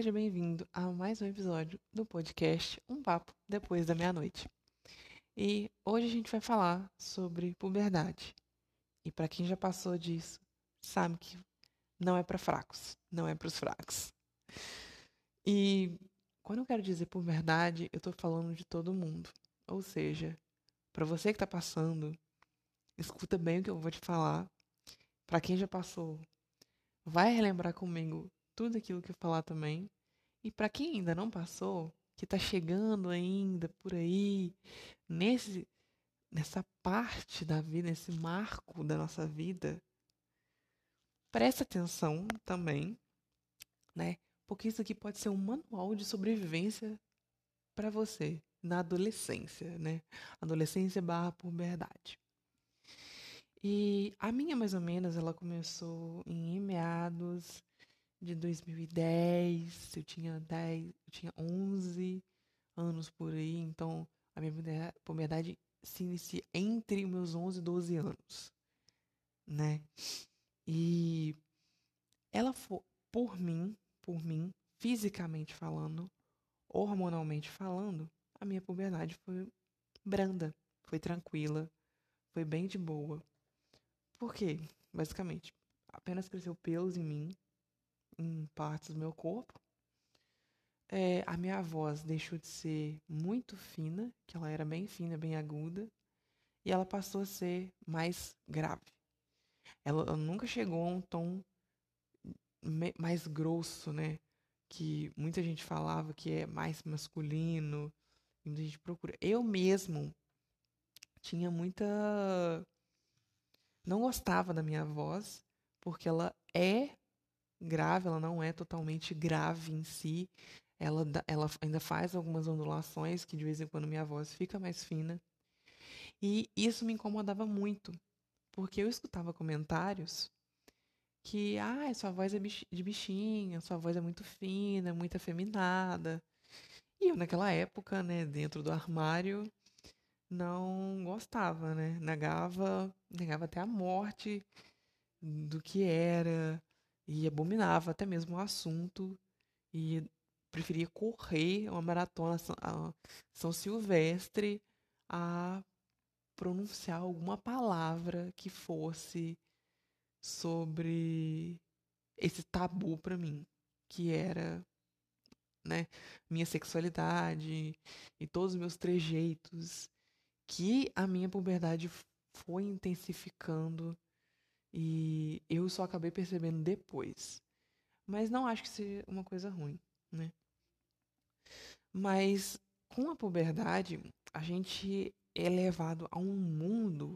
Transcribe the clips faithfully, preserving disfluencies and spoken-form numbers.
seja bem-vindo a mais um episódio do podcast Um Papo Depois da Meia-Noite. E hoje a gente vai falar sobre puberdade. E para quem já passou disso, sabe que não é para fracos, não é para os fracos. E quando eu quero dizer puberdade, eu tô falando de todo mundo. Ou seja, para você que tá passando, escuta bem o que eu vou te falar. Para quem já passou, vai relembrar comigo tudo aquilo que eu falar também. E para quem ainda não passou, que está chegando ainda por aí, nesse, nessa parte da vida, nesse marco da nossa vida, presta atenção também, né? Porque isso aqui pode ser um manual de sobrevivência para você na adolescência, né? Adolescência barra puberdade. E a minha, mais ou menos, ela começou em meados de dois mil e dez, eu tinha dez, eu tinha onze anos por aí, então a minha puberdade se inicia entre os meus onze e doze anos, né? E ela foi, por mim, por mim, fisicamente falando, hormonalmente falando, a minha puberdade foi branda, foi tranquila, foi bem de boa. Por quê? Basicamente, apenas cresceu pelos em mim, em partes do meu corpo. É, a minha voz deixou de ser muito fina, que ela era bem fina, bem aguda, e ela passou a ser mais grave. Ela, ela nunca chegou a um tom me- mais grosso, né? Que muita gente falava que é mais masculino, e muita gente procura. Eu mesmo tinha muita. Não gostava da minha voz, porque ela é grave, ela não é totalmente grave em si. Ela, dá- ela ainda faz algumas ondulações que de vez em quando minha voz fica mais fina. E isso me incomodava muito, porque eu escutava comentários que, ah, sua voz é bich- de bichinha, sua voz é muito fina, muito afeminada. E eu, naquela época, né, dentro do armário, não gostava, né? Negava, negava até a morte do que era e abominava até mesmo o assunto e preferia correr uma maratona São- a São Silvestre a pronunciar alguma palavra que fosse sobre esse tabu pra mim, que era, né, minha sexualidade e todos os meus trejeitos, que a minha puberdade foi intensificando e eu só acabei percebendo depois. Mas não acho que seja uma coisa ruim, né? Mas com a puberdade, a gente é levado a um mundo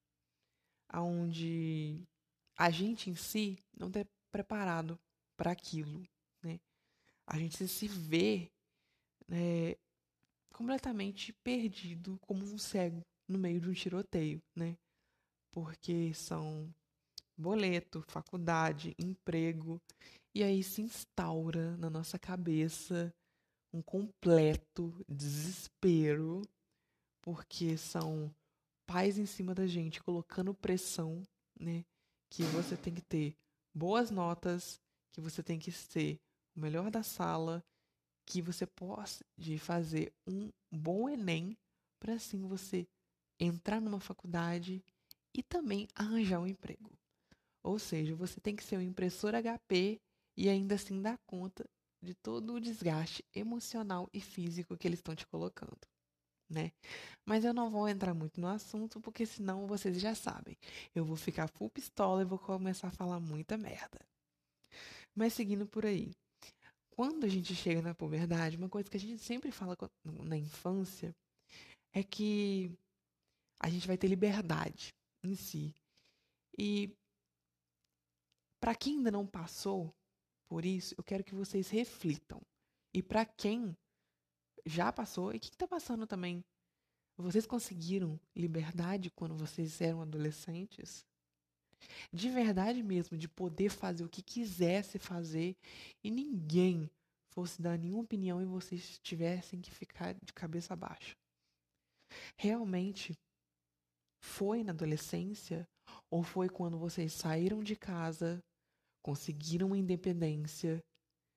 onde a gente em si não está preparado para aquilo, né? A gente se vê, né, completamente perdido como um cego no meio de um tiroteio, né? Porque são boleto, faculdade, emprego, e aí se instaura na nossa cabeça um completo desespero, porque são pais em cima da gente colocando pressão, né? Que você tem que ter boas notas, que você tem que ser o melhor da sala, que você pode fazer um bom Enem para assim você entrar numa faculdade e também arranjar um emprego. Ou seja, você tem que ser um impressor H P e ainda assim dar conta de todo o desgaste emocional e físico que eles estão te colocando, né? Mas eu não vou entrar muito no assunto, porque senão vocês já sabem. Eu vou ficar full pistola e vou começar a falar muita merda. Mas seguindo por aí. Quando a gente chega na puberdade, uma coisa que a gente sempre fala na infância é que a gente vai ter liberdade em si. E para quem ainda não passou por isso, eu quero que vocês reflitam. E para quem já passou e quem está passando também, vocês conseguiram liberdade quando vocês eram adolescentes? De verdade mesmo, de poder fazer o que quisesse fazer e ninguém fosse dar nenhuma opinião e vocês tivessem que ficar de cabeça baixa. Realmente foi na adolescência ou foi quando vocês saíram de casa, conseguiram uma independência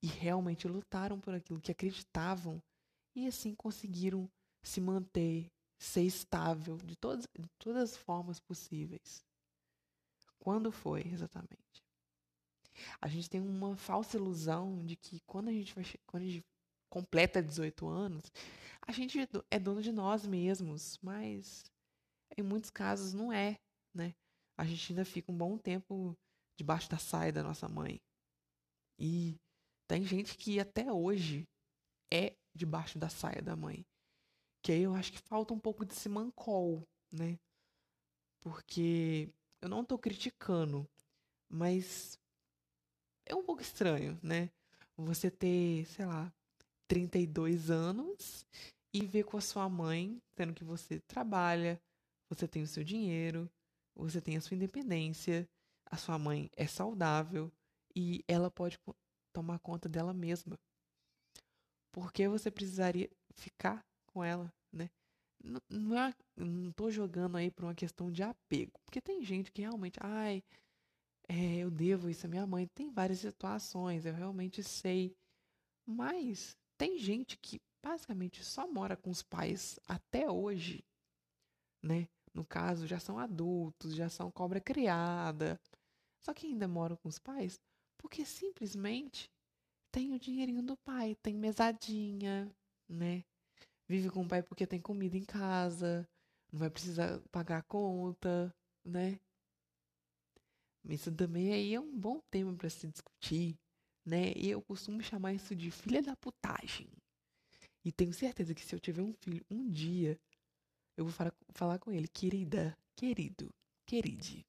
e realmente lutaram por aquilo que acreditavam e assim conseguiram se manter, ser estável de todas, de todas as formas possíveis. Quando foi exatamente? A gente tem uma falsa ilusão de que quando a gente vai, quando a gente completa dezoito anos, a gente é dono de nós mesmos, mas em muitos casos não é, né? A gente ainda fica um bom tempo debaixo da saia da nossa mãe. E tem gente que até hoje é debaixo da saia da mãe. Que aí eu acho que falta um pouco desse mancol, né? Porque eu não tô criticando, mas é um pouco estranho, né? Você ter, sei lá, trinta e dois anos e ver com a sua mãe, sendo que você trabalha, você tem o seu dinheiro, você tem a sua independência, a sua mãe é saudável e ela pode co- tomar conta dela mesma. Por que você precisaria ficar com ela, né? N- Não, é, não tô jogando aí por uma questão de apego, porque tem gente que realmente, ai, é, eu devo isso à minha mãe. Tem várias situações, eu realmente sei. Mas tem gente que basicamente só mora com os pais até hoje, né? No caso, já são adultos, já são cobra criada. Só que ainda moram com os pais porque simplesmente tem o dinheirinho do pai, tem mesadinha, né? Vive com o pai porque tem comida em casa, não vai precisar pagar a conta, né? Isso também aí é um bom tema para se discutir, né? E eu costumo chamar isso de filha da putagem. E tenho certeza que se eu tiver um filho um dia, eu vou falar, falar com ele, querida, querido, queride.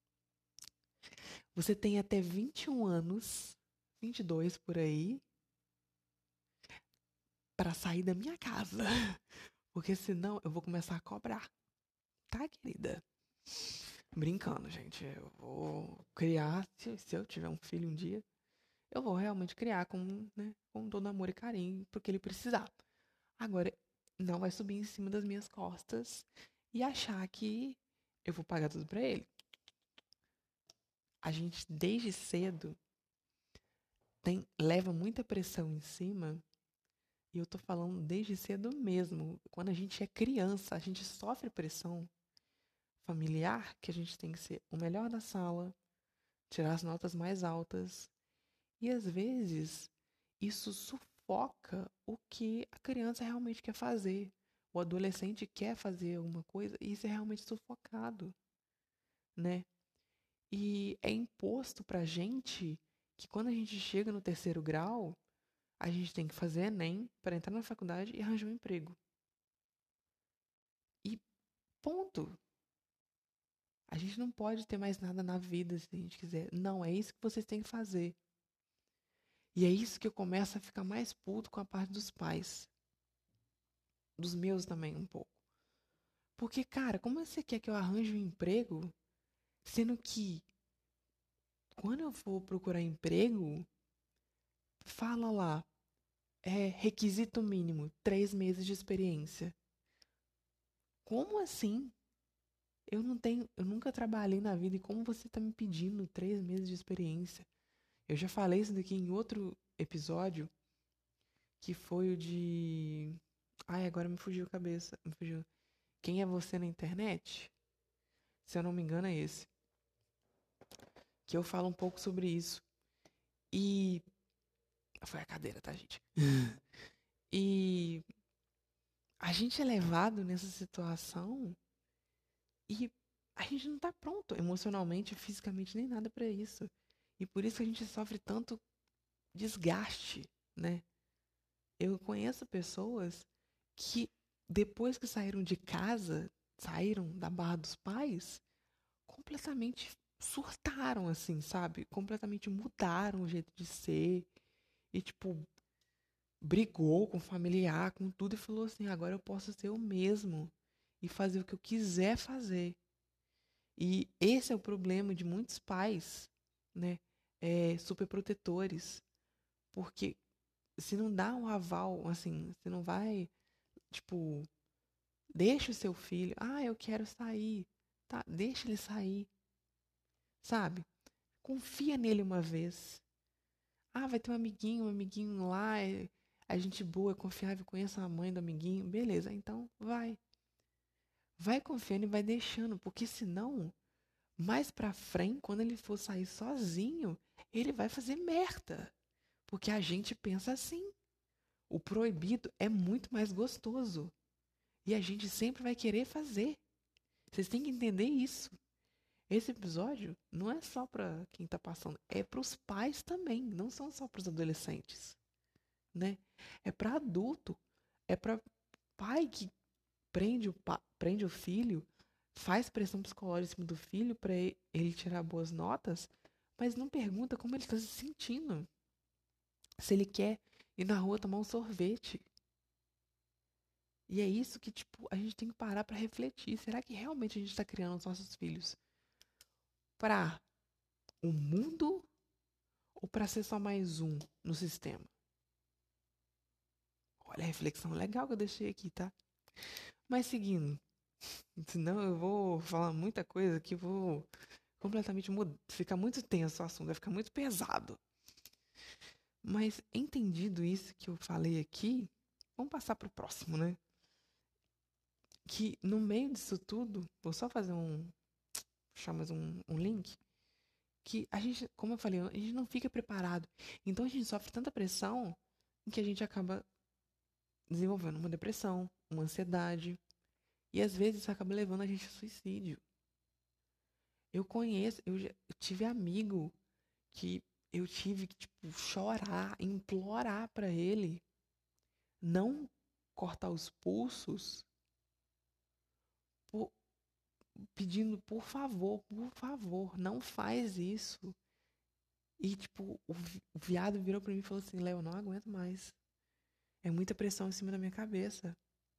Você tem até vinte e um anos, vinte e dois por aí, para sair da minha casa. Porque senão eu vou começar a cobrar, tá, querida? Brincando, gente. Eu vou criar, se, se eu tiver um filho um dia, eu vou realmente criar com, né, com todo amor e carinho, porque ele precisar. Agora, não vai subir em cima das minhas costas e achar que eu vou pagar tudo pra ele. A gente, desde cedo, tem, leva muita pressão em cima, e eu tô falando desde cedo mesmo. Quando a gente é criança, a gente sofre pressão familiar, que a gente tem que ser o melhor da sala, tirar as notas mais altas. E às vezes isso sufoca o que a criança realmente quer fazer. O adolescente quer fazer alguma coisa e isso é realmente sufocado, né? E é imposto pra gente que quando a gente chega no terceiro grau, a gente tem que fazer Enem para entrar na faculdade e arranjar um emprego. E ponto. A gente não pode ter mais nada na vida se a gente quiser. Não, é isso que vocês têm que fazer. E é isso que eu começo a ficar mais puto com a parte dos pais. Dos meus também, um pouco. Porque, cara, como você quer que eu arranje um emprego, sendo que quando eu for procurar emprego, fala lá, é requisito mínimo, três meses de experiência. Como assim? Eu não tenho, eu nunca trabalhei na vida e como você tá me pedindo três meses de experiência? Eu já falei isso daqui em outro episódio, que foi o de... Ai, agora me fugiu a cabeça, me fugiu. Quem é você na internet? Se eu não me engano é esse. Que eu falo um pouco sobre isso. E... Foi a cadeira, tá, gente? E a gente é levado nessa situação e a gente não tá pronto emocionalmente, fisicamente, nem nada pra isso. E por isso que a gente sofre tanto desgaste, né? Eu conheço pessoas que depois que saíram de casa, saíram da barra dos pais, completamente surtaram, assim, sabe? Completamente mudaram o jeito de ser. E, tipo, brigou com o familiar, com tudo, e falou assim: agora eu posso ser o mesmo e fazer o que eu quiser fazer. E esse é o problema de muitos pais, né? É, superprotetores. Porque se não dá um aval, assim, se não vai, tipo, deixa o seu filho, ah, eu quero sair, tá? Deixa ele sair, sabe? Confia nele uma vez. Ah, vai ter um amiguinho, um amiguinho lá, é, a gente boa, é confiável, conheça a mãe do amiguinho. Beleza, então vai. Vai confiando e vai deixando, porque senão, mais pra frente, quando ele for sair sozinho, ele vai fazer merda. Porque a gente pensa assim. O proibido é muito mais gostoso. E a gente sempre vai querer fazer. Vocês têm que entender isso. Esse episódio não é só pra quem tá passando, é pros pais também, não são só pros adolescentes, né? É pra adulto, é pra pai que prende o, pa- prende o filho, faz pressão psicológica em cima do filho pra e- ele tirar boas notas, mas não pergunta como ele tá se sentindo. Se ele quer ir na rua tomar um sorvete. E é isso que, tipo, a gente tem que parar pra refletir. Será que realmente a gente tá criando os nossos filhos pra o mundo ou pra ser só mais um no sistema? Olha a reflexão legal que eu deixei aqui, tá? Mas seguindo, senão eu vou falar muita coisa que eu vou completamente mudar. Ficar muito tenso o assunto, vai ficar muito pesado. Mas entendido isso que eu falei aqui, vamos passar pro próximo, né? Que no meio disso tudo, vou só fazer um. Puxar mais um, um link. Que a gente, como eu falei, a gente não fica preparado. Então a gente sofre tanta pressão que a gente acaba desenvolvendo uma depressão, uma ansiedade. E às vezes isso acaba levando a gente ao suicídio. Eu conheço, eu, já, eu tive amigo que eu tive que, tipo, chorar, implorar pra ele não cortar os pulsos, por- pedindo, por favor, por favor, não faz isso. E, tipo, o, vi- o viado virou pra mim e falou assim: Léo, eu não aguento mais. É muita pressão em cima da minha cabeça.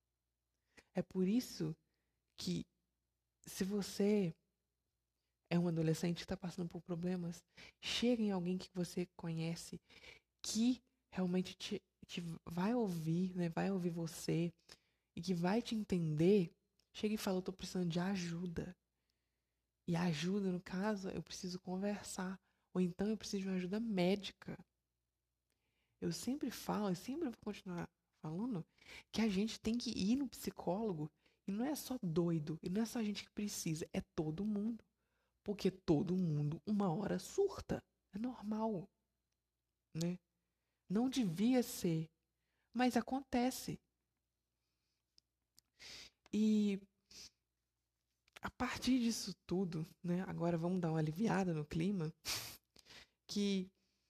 É por isso que, se você é um adolescente que está passando por problemas, chega em alguém que você conhece, que realmente te, te vai ouvir, né? Vai ouvir você e que vai te entender. Chega e fala: eu tô precisando de ajuda. E a ajuda, no caso, eu preciso conversar. Ou então eu preciso de uma ajuda médica. Eu sempre falo, e sempre vou continuar falando, que a gente tem que ir no psicólogo. E não é só doido, e não é só a gente que precisa, é todo mundo. Porque todo mundo, uma hora, surta. É normal, né? Não devia ser, mas acontece. E a partir disso tudo, né? Agora vamos dar uma aliviada no clima, que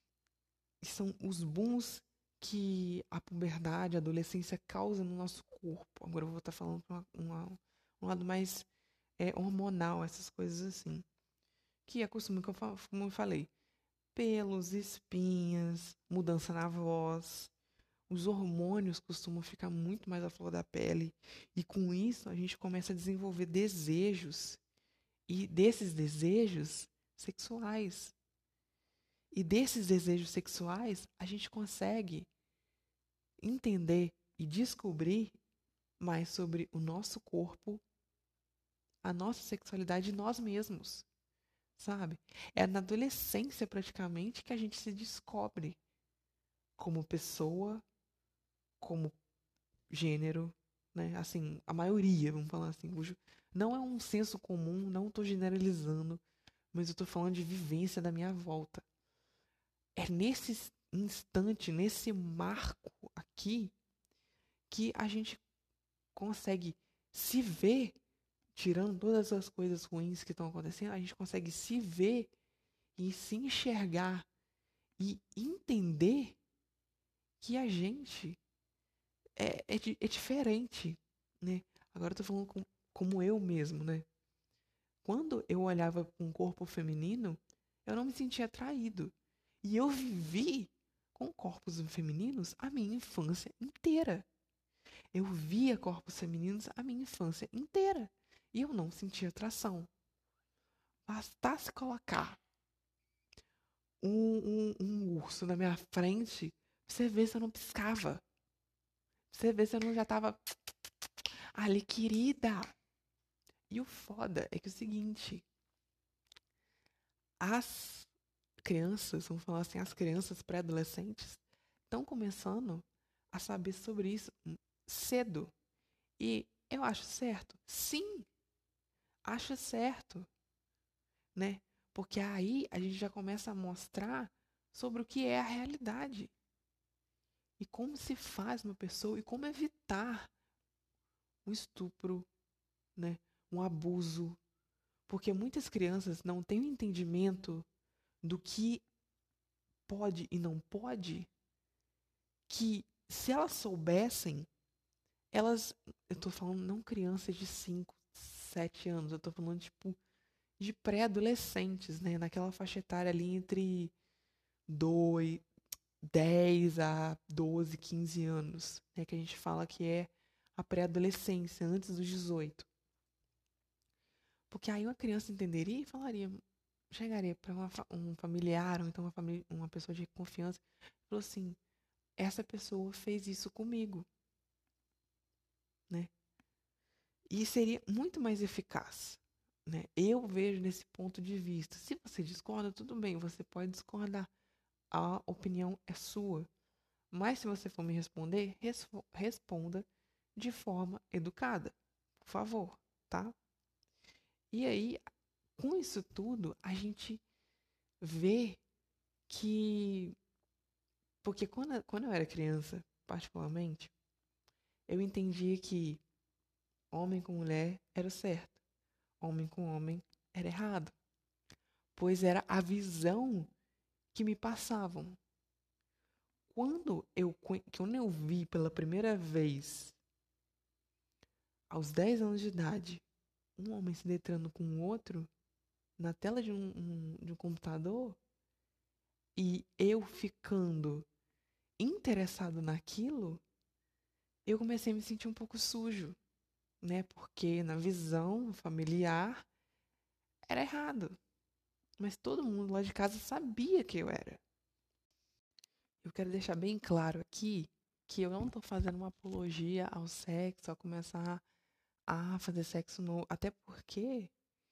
são os booms que a puberdade, a adolescência causa no nosso corpo. Agora eu vou estar falando para um lado mais é, hormonal, essas coisas assim. Que é costume que eu, como eu falei, pelos, espinhas, mudança na voz. Os hormônios costumam ficar muito mais à flor da pele. E com isso a gente começa a desenvolver desejos. E desses desejos sexuais. E desses desejos sexuais a gente consegue entender e descobrir mais sobre o nosso corpo, a nossa sexualidade e nós mesmos, sabe? É na adolescência praticamente que a gente se descobre como pessoa, como gênero, né? Assim, a maioria, vamos falar assim. Não é um senso comum, não estou generalizando, mas eu estou falando de vivência da minha volta. É nesse instante, nesse marco aqui, que a gente consegue se ver, tirando todas as coisas ruins que estão acontecendo, a gente consegue se ver e se enxergar e entender que a gente é, é, é diferente, né? Agora eu tô falando com, como eu mesmo, né? Quando eu olhava para um corpo feminino, eu não me sentia atraído. E eu vivi com corpos femininos a minha infância inteira. Eu via corpos femininos a minha infância inteira. E eu não sentia atração. Bastasse colocar um, um, um urso na minha frente, você vê se eu não piscava. Você vê se eu não já tava ali, querida. E o foda é que é o seguinte, as crianças, vamos falar assim, as crianças pré-adolescentes estão começando a saber sobre isso cedo. E eu acho certo? Sim, acho certo, né? Porque aí a gente já começa a mostrar sobre o que é a realidade e como se faz uma pessoa e como evitar um estupro, né? Um abuso. Porque muitas crianças não têm o entendimento do que pode e não pode, que se elas soubessem, elas, eu tô falando não crianças de cinco sete anos, eu tô falando tipo de pré-adolescentes, né, naquela faixa etária ali entre dois dez a doze quinze anos, né, que a gente fala que é a pré-adolescência, antes dos dezoito. Porque aí uma criança entenderia e falaria, chegaria para um familiar ou então uma, família, uma pessoa de confiança e falou assim, essa pessoa fez isso comigo, né? E seria muito mais eficaz, né? Eu vejo nesse ponto de vista. Se você discorda, tudo bem, você pode discordar. A opinião é sua. Mas se você for me responder, responda de forma educada, por favor, tá? E aí, com isso tudo, a gente vê que... Porque quando, quando eu era criança, particularmente, eu entendia que homem com mulher era o certo, homem com homem era errado, pois era a visão que me passavam. Quando eu, quando eu vi pela primeira vez, aos dez anos de idade, um homem se deitando com o outro na tela de um, um, de um computador e eu ficando interessado naquilo, eu comecei a me sentir um pouco sujo, né? Porque na visão familiar era errado. Mas todo mundo lá de casa sabia que eu era. Eu quero deixar bem claro aqui que eu não tô fazendo uma apologia ao sexo, a começar a fazer sexo novo. Até porque,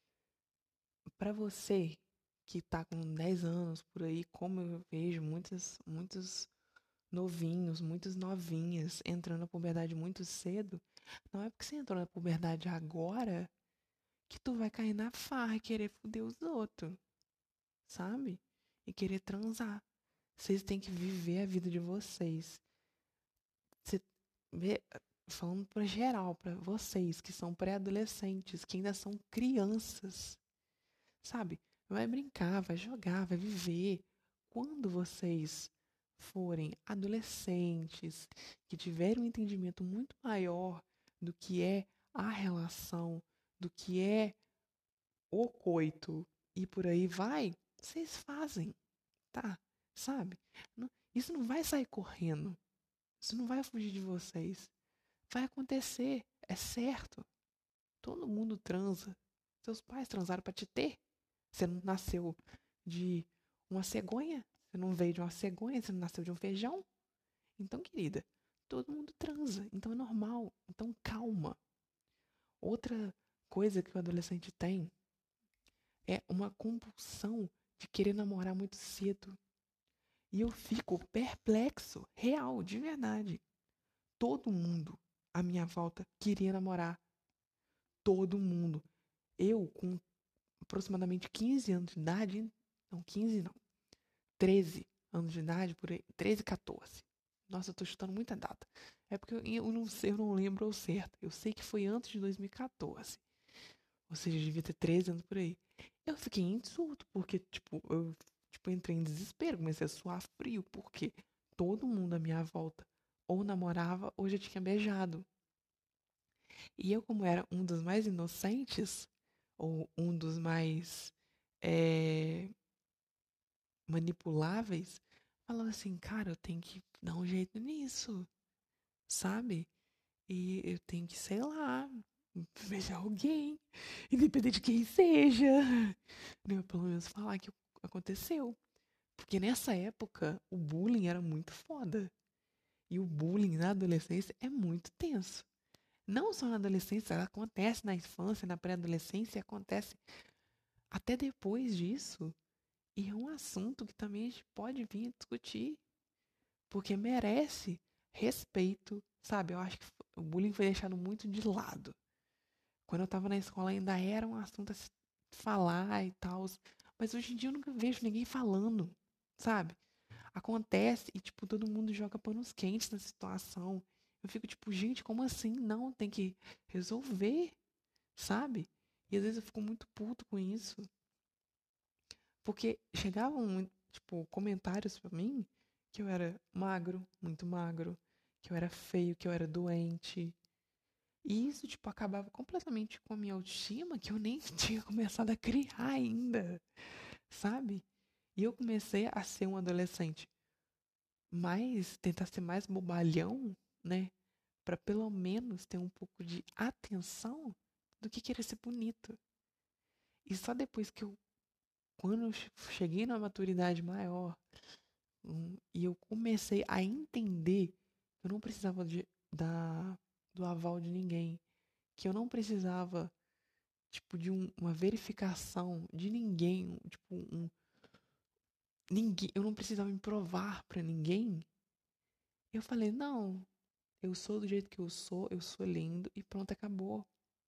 pra você que tá com dez anos por aí, como eu vejo muitos, muitos novinhos, muitas novinhas entrando na puberdade muito cedo, não é porque você entrou na puberdade agora que tu vai cair na farra e querer foder os outros, sabe? E querer transar. Vocês têm que viver a vida de vocês. Você vê, falando para geral, para vocês que são pré-adolescentes, que ainda são crianças, sabe? Vai brincar, vai jogar, vai viver. Quando vocês forem adolescentes, que tiverem um entendimento muito maior do que é a relação, do que é o coito e por aí vai, vocês fazem, tá? Sabe? Isso não vai sair correndo. Isso não vai fugir de vocês. Vai acontecer, é certo. Todo mundo transa. Seus pais transaram para te ter. Você não nasceu de uma cegonha. Você não veio de uma cegonha. Você não nasceu de um feijão. Então, querida, todo mundo transa. Então é normal. Então calma. Outra coisa que o adolescente tem é uma compulsão de querer namorar muito cedo. E eu fico perplexo, real, de verdade. Todo mundo à minha volta queria namorar. Todo mundo. Eu, com aproximadamente quinze anos de idade, não, quinze não, treze anos de idade, por aí, treze, quatorze. Nossa, eu tô chutando muita data. É porque eu, eu não sei, eu não lembro ao certo. Eu sei que foi antes de dois mil e quatorze. Ou seja, eu devia ter treze anos por aí. Eu fiquei em surto, porque, tipo, eu tipo, entrei em desespero, comecei a suar frio, porque todo mundo à minha volta ou namorava ou já tinha beijado. E eu, como era um dos mais inocentes, ou um dos mais é, manipuláveis, falava assim, cara, eu tenho que dar um jeito nisso, sabe? E eu tenho que, sei lá, beijar alguém, independente de quem seja. Né? Pelo menos falar que aconteceu. Porque nessa época, o bullying era muito foda. E o bullying na adolescência é muito tenso. Não só na adolescência, ela acontece na infância, na pré-adolescência, e acontece até depois disso. E é um assunto que também a gente pode vir a discutir, porque merece respeito, sabe? Eu acho que o bullying foi deixado muito de lado. Quando eu tava na escola ainda era um assunto a se falar e tal, mas hoje em dia eu nunca vejo ninguém falando, sabe? Acontece e, tipo, todo mundo joga panos quentes na situação. Eu fico tipo, gente, como assim? Não, tem que resolver, sabe? E às vezes eu fico muito puto com isso. Porque chegavam, tipo, comentários pra mim que eu era magro, muito magro, que eu era feio, que eu era doente. E isso, tipo, acabava completamente com a minha autoestima, que eu nem tinha começado a criar ainda, sabe? E eu comecei a ser um adolescente mais, tentar ser mais bobalhão, né? Pra pelo menos ter um pouco de atenção do que querer ser bonito. E só depois que eu, quando eu cheguei na maturidade maior, hum, e eu comecei a entender que eu não precisava de, da, do aval de ninguém, que eu não precisava, tipo, de um- uma verificação de ninguém, tipo, um, ninguém, eu não precisava me provar pra ninguém. Eu falei, não, eu sou do jeito que eu sou, eu sou lindo e pronto, acabou.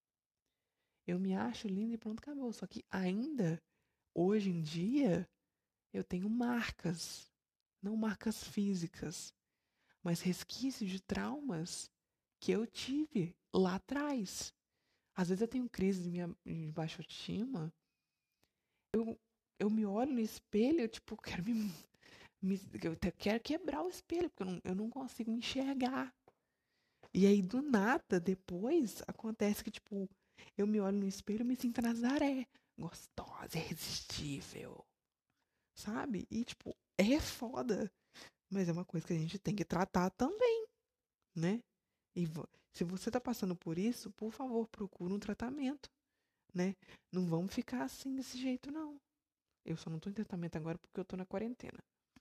Eu me acho lindo e pronto, acabou. Só que ainda, hoje em dia, eu tenho marcas, não marcas físicas, mas resquícios de traumas que eu tive lá atrás. Às vezes eu tenho crise de, minha, de baixa autoestima, eu, eu me olho no espelho, eu tipo, quero me, me eu até quero quebrar o espelho, porque eu não, eu não consigo me enxergar. E aí, do nada, depois, acontece que, tipo, eu me olho no espelho e me sinto Nazaré. Gostosa, irresistível, sabe? E, tipo, é foda. Mas é uma coisa que a gente tem que tratar também, né? E vo- se você tá passando por isso, por favor, procure um tratamento, né? Não vamos ficar assim desse jeito, não. Eu só não tô em tratamento agora porque eu tô na quarentena.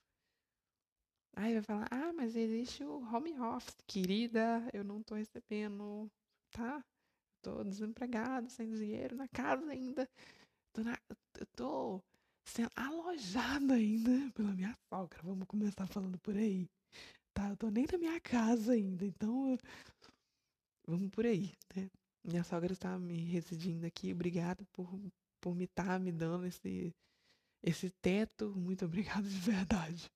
Aí vai falar, ah, mas existe o home office, querida, eu não tô recebendo, tá? Tô desempregado, sem dinheiro na casa ainda. Tô na, eu tô sendo alojado ainda pela minha sogra. Vamos começar falando por aí. Tá, eu tô nem na minha casa ainda, então vamos por aí, né? Minha sogra está me residindo aqui. Obrigada por, por me estar me dando esse, esse teto. Muito obrigada de verdade.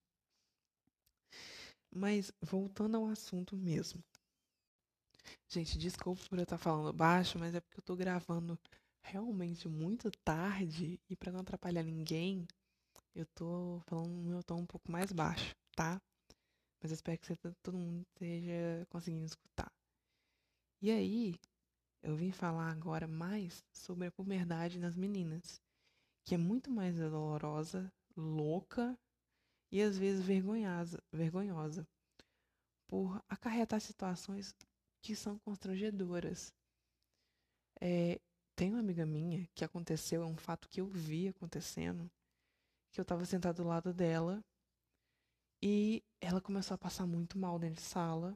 Mas voltando ao assunto mesmo. Gente, desculpa por eu estar falando baixo, mas é porque eu tô gravando realmente muito tarde e para não atrapalhar ninguém, eu tô falando no meu tom um pouco mais baixo, tá? Mas eu espero que você, todo mundo esteja conseguindo escutar. E aí, eu vim falar agora mais sobre a puberdade nas meninas, que é muito mais dolorosa, louca e às vezes vergonhosa, vergonhosa, por acarretar situações que são constrangedoras. É, tem uma amiga minha que aconteceu, é um fato que eu vi acontecendo, que eu tava sentado do lado dela e ela começou a passar muito mal dentro de sala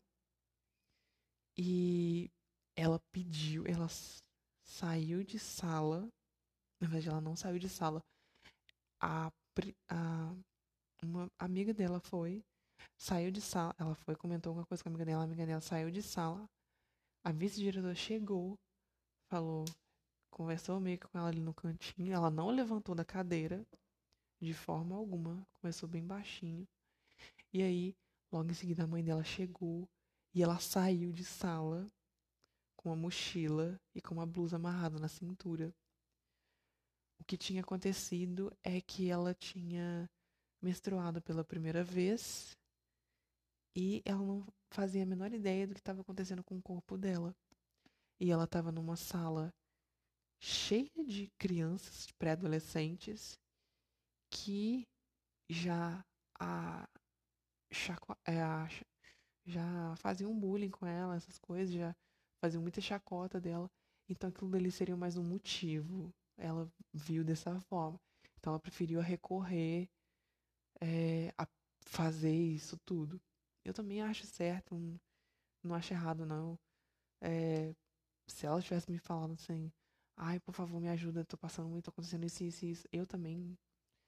e ela pediu, ela s- saiu de sala, na verdade ela não saiu de sala, a, pri- a uma amiga dela foi, saiu de sala, ela foi, comentou alguma coisa com a amiga dela, a amiga dela saiu de sala, a vice-diretora chegou, falou, conversou meio que com ela ali no cantinho, ela não levantou da cadeira, de forma alguma, começou bem baixinho. E aí, logo em seguida, a mãe dela chegou e ela saiu de sala com uma mochila e com uma blusa amarrada na cintura. O que tinha acontecido é que ela tinha menstruado pela primeira vez e ela não fazia a menor ideia do que estava acontecendo com o corpo dela. E ela estava numa sala cheia de crianças, de pré-adolescentes, que já a, chaco- é, a já faziam bullying com ela, essas coisas, já faziam muita chacota dela. Então aquilo dali seria mais um motivo. Ela viu dessa forma. Então ela preferiu recorrer é, a fazer isso tudo. Eu também acho certo, não, não acho errado não. É, se ela tivesse me falado assim, ai, por favor, me ajuda, tô passando muito, tô acontecendo isso, isso, isso, eu também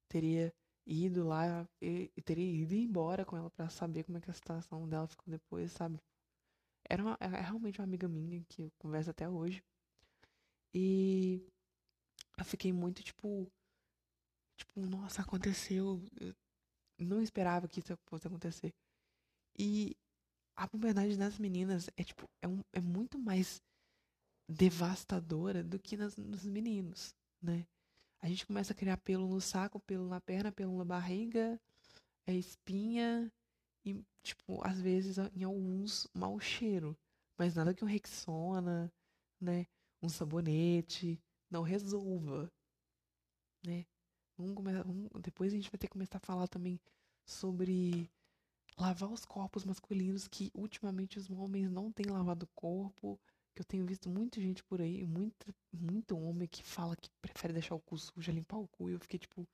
teria ido lá e, e teria ido embora com ela pra saber como é que a situação dela ficou depois, sabe? Era, uma, é realmente uma amiga minha que eu converso até hoje. E eu fiquei muito, tipo, tipo, nossa, aconteceu. Eu não esperava que isso fosse acontecer. E a puberdade das meninas é, tipo, é, um, é muito mais devastadora do que nas, nos meninos, né? A gente começa a criar pelo no saco, pelo na perna, pelo na barriga, é espinha e, tipo, às vezes em alguns mau cheiro. Mas nada que um Rexona, né? Um sabonete não resolva, né? Vamos começar, vamos- depois a gente vai ter que começar a falar também sobre lavar os corpos masculinos, que ultimamente os homens não têm lavado o corpo. Que eu tenho visto muita gente por aí, muito, muito homem que fala que prefere deixar o cu sujo, limpar o cu. E eu fiquei, tipo,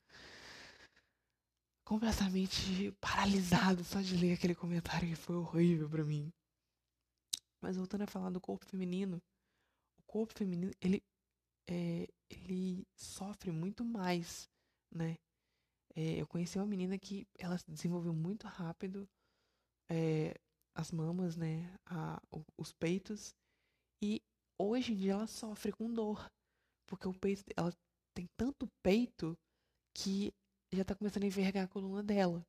completamente paralisado só de ler aquele comentário que foi horrível pra mim. Mas voltando a falar do corpo feminino, o corpo feminino, ele, é, ele sofre muito mais, né? É, eu conheci uma menina que ela se desenvolveu muito rápido, é, as mamas, né? A, o- os peitos. E hoje em dia ela sofre com dor. Porque o peito, ela tem tanto peito que já tá começando a envergar a coluna dela.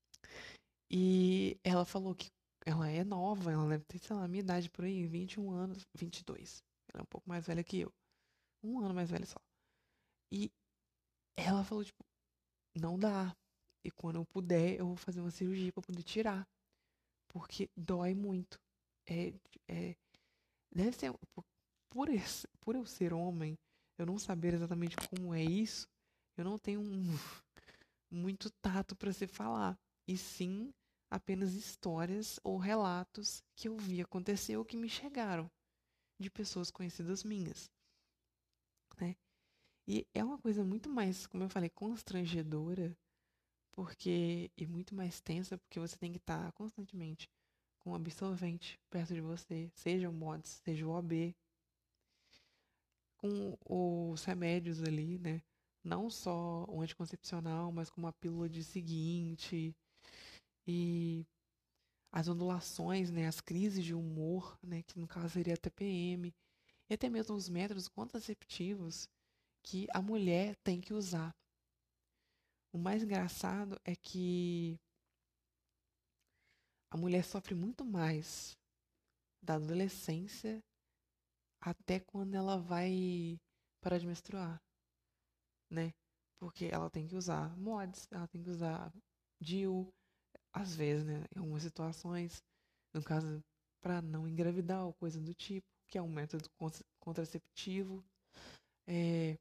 E ela falou que ela é nova, ela deve ter, sei lá, a minha idade por aí, vinte e um anos, vinte e dois. Ela é um pouco mais velha que eu. Um ano mais velha só. E ela falou, tipo, não dá. E quando eu puder, eu vou fazer uma cirurgia pra poder tirar. Porque dói muito. É, é, deve ser. Por, por, esse- por eu ser homem, eu não saber exatamente como é isso, eu não tenho um, muito tato pra se falar. E sim, apenas histórias ou relatos que eu vi acontecer ou que me chegaram de pessoas conhecidas minhas, né? E é uma coisa muito mais, como eu falei, constrangedora, porque e muito mais tensa, porque você tem que estar constantemente com um absorvente perto de você, seja o mods, seja o O B, com os remédios ali, né? Não só o anticoncepcional, mas com uma pílula de seguinte e as ondulações, né? As crises de humor, né? Que no caso seria a T P M e até mesmo os métodos contraceptivos que a mulher tem que usar. O mais engraçado é que a mulher sofre muito mais da adolescência até quando ela vai parar de menstruar, né? Porque ela tem que usar mods, ela tem que usar D I U, às vezes, né? Em algumas situações, no caso, para não engravidar ou coisa do tipo, que é um método contraceptivo. É,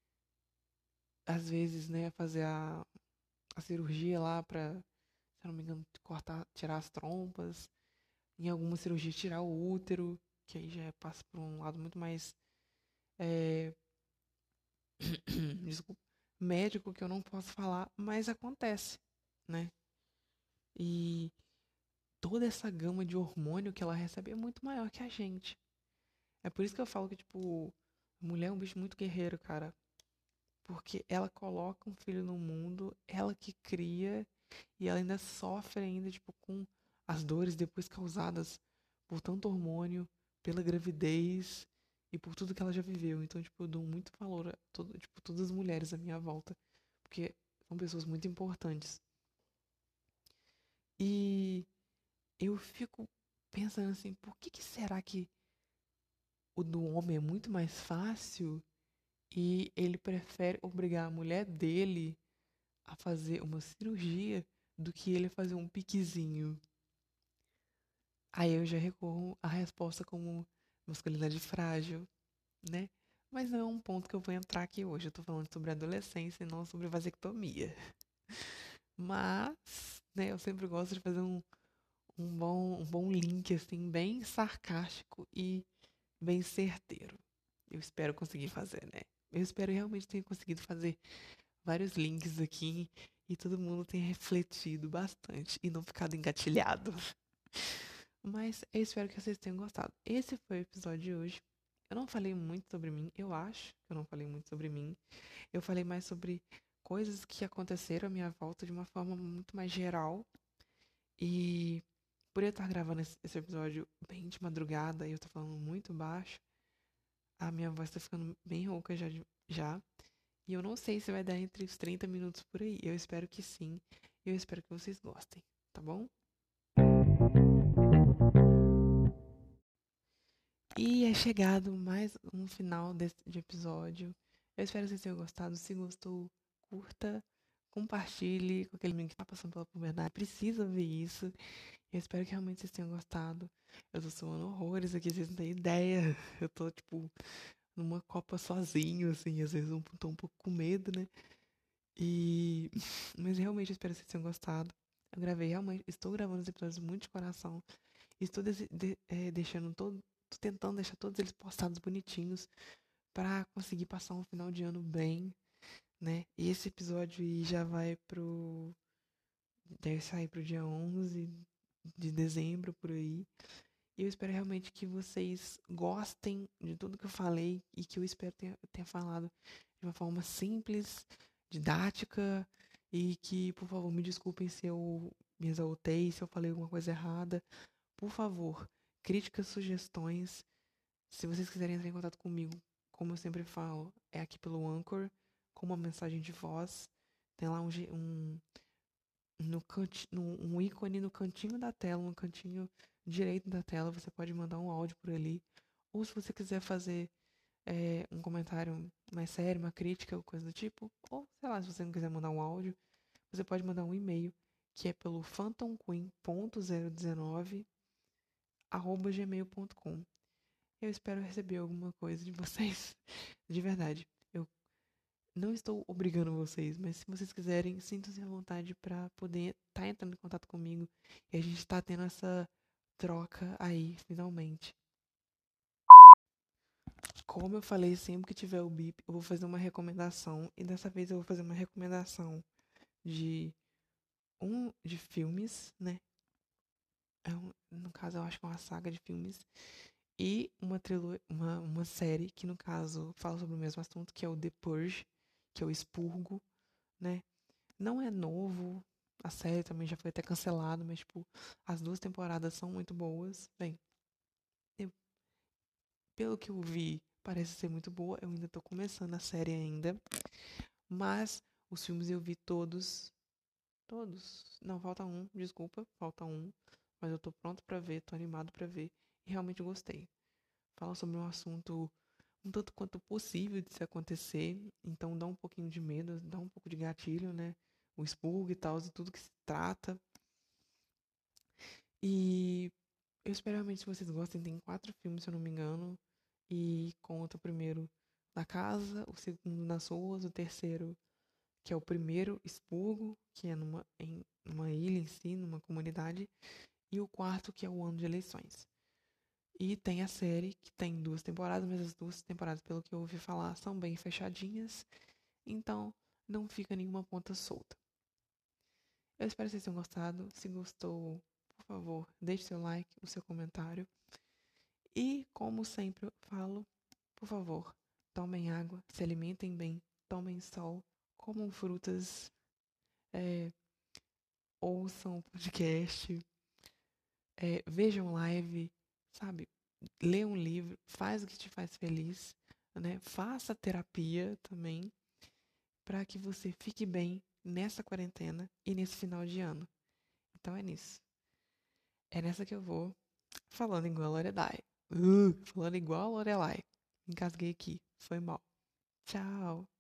às vezes, né, fazer a, a cirurgia lá para, se eu não me engano, cortar, tirar as trompas. Em alguma cirurgia, tirar o útero, que aí já passa por um lado muito mais. É, desculpa, médico que eu não posso falar, mas acontece, né? E toda essa gama de hormônio que ela recebe é muito maior que a gente. É por isso que eu falo que, tipo, mulher é um bicho muito guerreiro, cara. Porque ela coloca um filho no mundo, ela que cria, e ela ainda sofre ainda, tipo, com as dores depois causadas por tanto hormônio, pela gravidez e por tudo que ela já viveu. Então, tipo, eu dou muito valor a todo, tipo, todas as mulheres à minha volta, porque são pessoas muito importantes. E eu fico pensando assim, por que que será que o do homem é muito mais fácil e ele prefere obrigar a mulher dele a fazer uma cirurgia do que ele fazer um piquezinho? Aí eu já recorro à resposta como masculinidade frágil, né? Mas não é um ponto que eu vou entrar aqui hoje. Eu tô falando sobre adolescência e não sobre vasectomia. Mas, né, eu sempre gosto de fazer um, um bom, um bom link, assim, bem sarcástico e bem certeiro. Eu espero conseguir fazer, né? Eu espero realmente ter conseguido fazer vários links aqui e todo mundo tenha refletido bastante e não ficado engatilhado. Mas eu espero que vocês tenham gostado. Esse foi o episódio de hoje. Eu não falei muito sobre mim, eu acho que eu não falei muito sobre mim. Eu falei mais sobre coisas que aconteceram à minha volta de uma forma muito mais geral. E por eu estar gravando esse esse episódio bem de madrugada e eu tô falando muito baixo, a minha voz tá ficando bem rouca já, de- já. E eu não sei se vai dar entre os trinta minutos por aí. Eu espero que sim. Eu espero que vocês gostem, tá bom? E é chegado mais um final desse de episódio. Eu espero que vocês tenham gostado. Se gostou, curta, compartilhe com aquele amigo que tá passando pela puberdade. Precisa ver isso. Eu espero que realmente vocês tenham gostado. Eu tô suando horrores aqui, vocês não têm ideia. Eu tô, tipo, numa copa sozinho, assim. Às vezes eu tô um pouco com medo, né? E... Mas realmente eu espero que vocês tenham gostado. Eu gravei realmente, estou gravando os episódios muito de coração. Estou dese- de- eh, deixando todo, tô tentando deixar todos eles postados bonitinhos pra conseguir passar um final de ano bem, né? E esse episódio aí já vai pro... Deve sair pro dia onze de dezembro, por aí. E eu espero realmente que vocês gostem de tudo que eu falei e que eu espero ter, ter falado de uma forma simples, didática e que, por favor, me desculpem se eu me exaltei, se eu falei alguma coisa errada. Por favor, críticas, sugestões. Se vocês quiserem entrar em contato comigo, como eu sempre falo, é aqui pelo Anchor, com uma mensagem de voz. Tem lá um, ge- um, no canti, no, um ícone no cantinho da tela, no cantinho direito da tela, você pode mandar um áudio por ali. Ou se você quiser fazer é, um comentário mais sério, uma crítica ou coisa do tipo, ou sei lá, se você não quiser mandar um áudio, você pode mandar um e-mail, que é pelo phantomqueen ponto zero dezenove arroba gmail ponto com. Eu espero receber alguma coisa de vocês. De verdade. Eu não estou obrigando vocês, mas se vocês quiserem, sintam-se à vontade para poder estar tá entrando em contato comigo e a gente tá tendo essa troca aí, finalmente. Como eu falei, sempre que tiver o bip, eu vou fazer uma recomendação e dessa vez eu vou fazer uma recomendação de um de filmes, né? É um- no caso, eu acho que é uma saga de filmes e uma, trilo uma, uma série que, no caso, fala sobre o mesmo assunto, que é o The Purge, que é o expurgo, né? Não é novo, a série também já foi até cancelada, mas, tipo, as duas temporadas são muito boas. Bem, eu, pelo que eu vi, parece ser muito boa. Eu ainda tô começando a série ainda, mas os filmes eu vi todos, todos. Não, falta um, desculpa, falta um, mas eu tô pronto pra ver, tô animado pra ver e realmente gostei. Fala sobre um assunto um tanto quanto possível de se acontecer, então dá um pouquinho de medo, dá um pouco de gatilho, né? O expurgo e tal, de tudo que se trata. E eu espero realmente que vocês gostem. Tem quatro filmes, se eu não me engano. E conta o primeiro na casa, o segundo nas ruas, o terceiro, que é o primeiro expurgo, que é numa, em uma ilha em si, numa comunidade. E o quarto, que é o ano de eleições. E tem a série, que tem duas temporadas, mas as duas temporadas, pelo que eu ouvi falar, são bem fechadinhas. Então, não fica nenhuma ponta solta. Eu espero que vocês tenham gostado. Se gostou, por favor, deixe seu like, o seu comentário. E, como sempre eu falo, por favor, tomem água, se alimentem bem, tomem sol, comam frutas, é, ouçam podcast, é, vejam live, sabe? Lê um livro, faz o que te faz feliz, né? Faça terapia também, para que você fique bem nessa quarentena e nesse final de ano. Então é nisso. É nessa que eu vou, falando igual a Lorelai. Uh, falando igual a Lorelai. Engasguei aqui. Foi mal. Tchau.